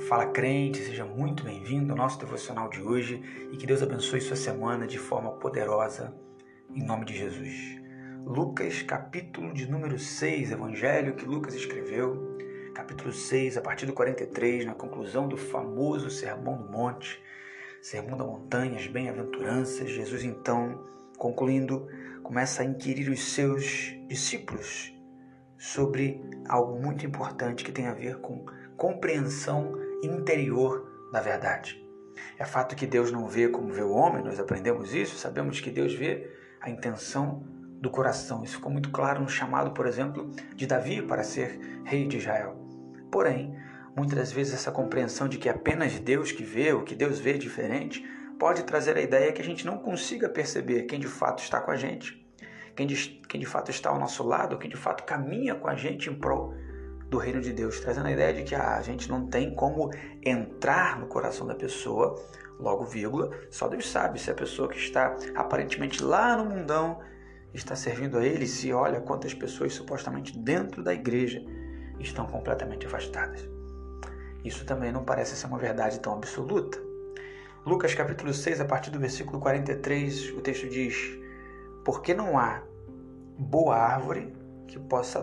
Fala crente, seja muito bem-vindo ao nosso devocional de hoje e que Deus abençoe sua semana de forma poderosa, em nome de Jesus. Lucas, capítulo de número 6, evangelho que Lucas escreveu, capítulo 6, a partir do 43, na conclusão do famoso Sermão do Monte, Sermão da Montanha, as bem-aventuranças. Jesus então, concluindo, começa a inquirir os seus discípulos sobre algo muito importante que tem a ver com compreensão interior da verdade. É fato que Deus não vê como vê o homem, nós aprendemos isso, sabemos que Deus vê a intenção do coração. Isso ficou muito claro no chamado, por exemplo, de Davi para ser rei de Israel. Porém, muitas das vezes essa compreensão de que é apenas Deus que vê, o que Deus vê diferente, pode trazer a ideia que a gente não consiga perceber quem de fato está com a gente, quem de fato está ao nosso lado, quem de fato caminha com a gente em prol do reino de Deus, trazendo a ideia de que a gente não tem como entrar no coração da pessoa, logo vírgula, só Deus sabe se a pessoa que está aparentemente lá no mundão está servindo a Ele, se olha quantas pessoas supostamente dentro da igreja estão completamente afastadas. Isso também não parece ser uma verdade tão absoluta. Lucas capítulo 6, a partir do versículo 43, o texto diz: porque não há boa árvore que possa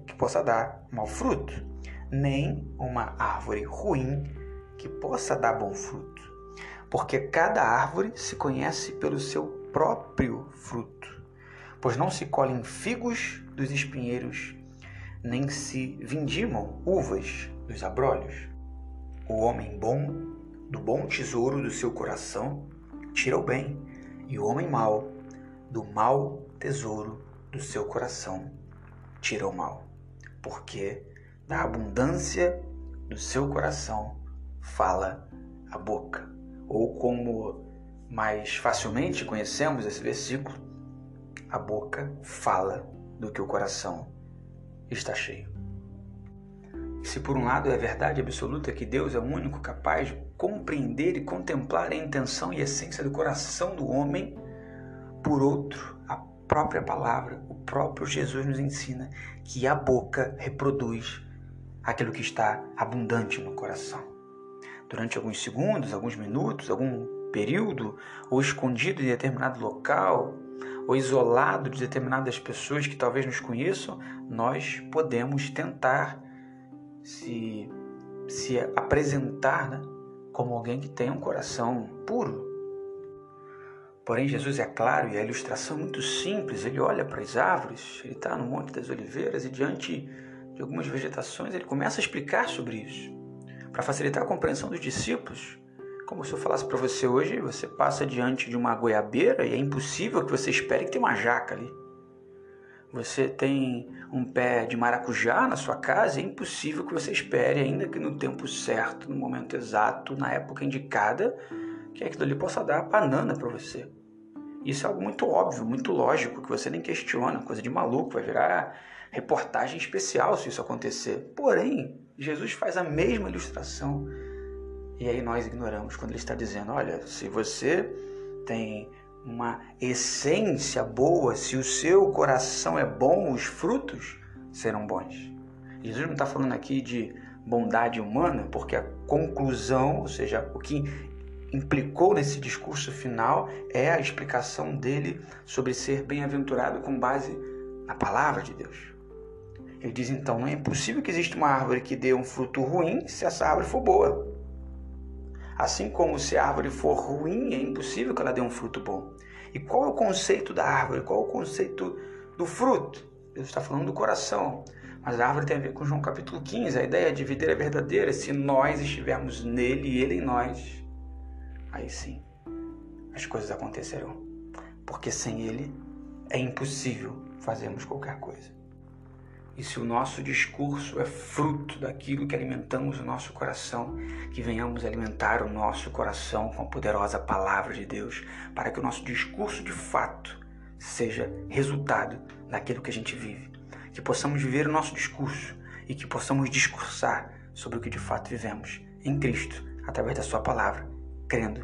dar mau fruto, nem uma árvore ruim que possa dar bom fruto. Porque cada árvore se conhece pelo seu próprio fruto. Pois não se colhem figos dos espinheiros, nem se vindimam uvas dos abrolhos. O homem bom, do bom tesouro do seu coração, tira o bem, e o homem mau, do mau tesouro do seu coração, tira o mal, porque da abundância do seu coração fala a boca. Ou como mais facilmente conhecemos esse versículo, a boca fala do que o coração está cheio. E se por um lado é verdade absoluta que Deus é o único capaz de compreender e contemplar a intenção e essência do coração do homem, por outro, a própria palavra, o próprio Jesus nos ensina que a boca reproduz aquilo que está abundante no coração. Durante alguns segundos, alguns minutos, algum período, ou escondido em determinado local, ou isolado de determinadas pessoas que talvez nos conheçam, nós podemos tentar se apresentar, como alguém que tem um coração puro. Porém, Jesus é claro e a ilustração é muito simples. Ele olha para as árvores, ele está no Monte das Oliveiras e diante de algumas vegetações ele começa a explicar sobre isso. Para facilitar a compreensão dos discípulos, como se eu falasse para você hoje, você passa diante de uma goiabeira e é impossível que você espere que tenha uma jaca ali. Você tem um pé de maracujá na sua casa, é impossível que você espere, ainda que no tempo certo, no momento exato, na época indicada, que aquilo ali possa dar banana para você. Isso é algo muito óbvio, muito lógico, que você nem questiona, coisa de maluco, vai virar reportagem especial se isso acontecer. Porém, Jesus faz a mesma ilustração e aí nós ignoramos quando ele está dizendo: olha, se você tem uma essência boa, se o seu coração é bom, os frutos serão bons. Jesus não está falando aqui de bondade humana, porque a conclusão, ou seja, o que implicou nesse discurso final é a explicação dele sobre ser bem-aventurado com base na palavra de Deus. Ele diz então: não é possível que exista uma árvore que dê um fruto ruim se essa árvore for boa. Assim como se a árvore for ruim, é impossível que ela dê um fruto bom. E qual é o conceito da árvore? Qual é o conceito do fruto? Deus está falando do coração. Mas a árvore tem a ver com João capítulo 15, a ideia de videira verdadeira. Se nós estivermos nele e ele em nós, aí sim, as coisas acontecerão. Porque sem ele é impossível fazermos qualquer coisa. E se o nosso discurso é fruto daquilo que alimentamos o nosso coração, que venhamos alimentar o nosso coração com a poderosa palavra de Deus, para que o nosso discurso de fato seja resultado daquilo que a gente vive. Que possamos viver o nosso discurso e que possamos discursar sobre o que de fato vivemos em Cristo, através da sua palavra, crendo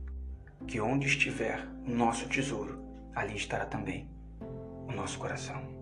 que onde estiver o nosso tesouro, ali estará também o nosso coração.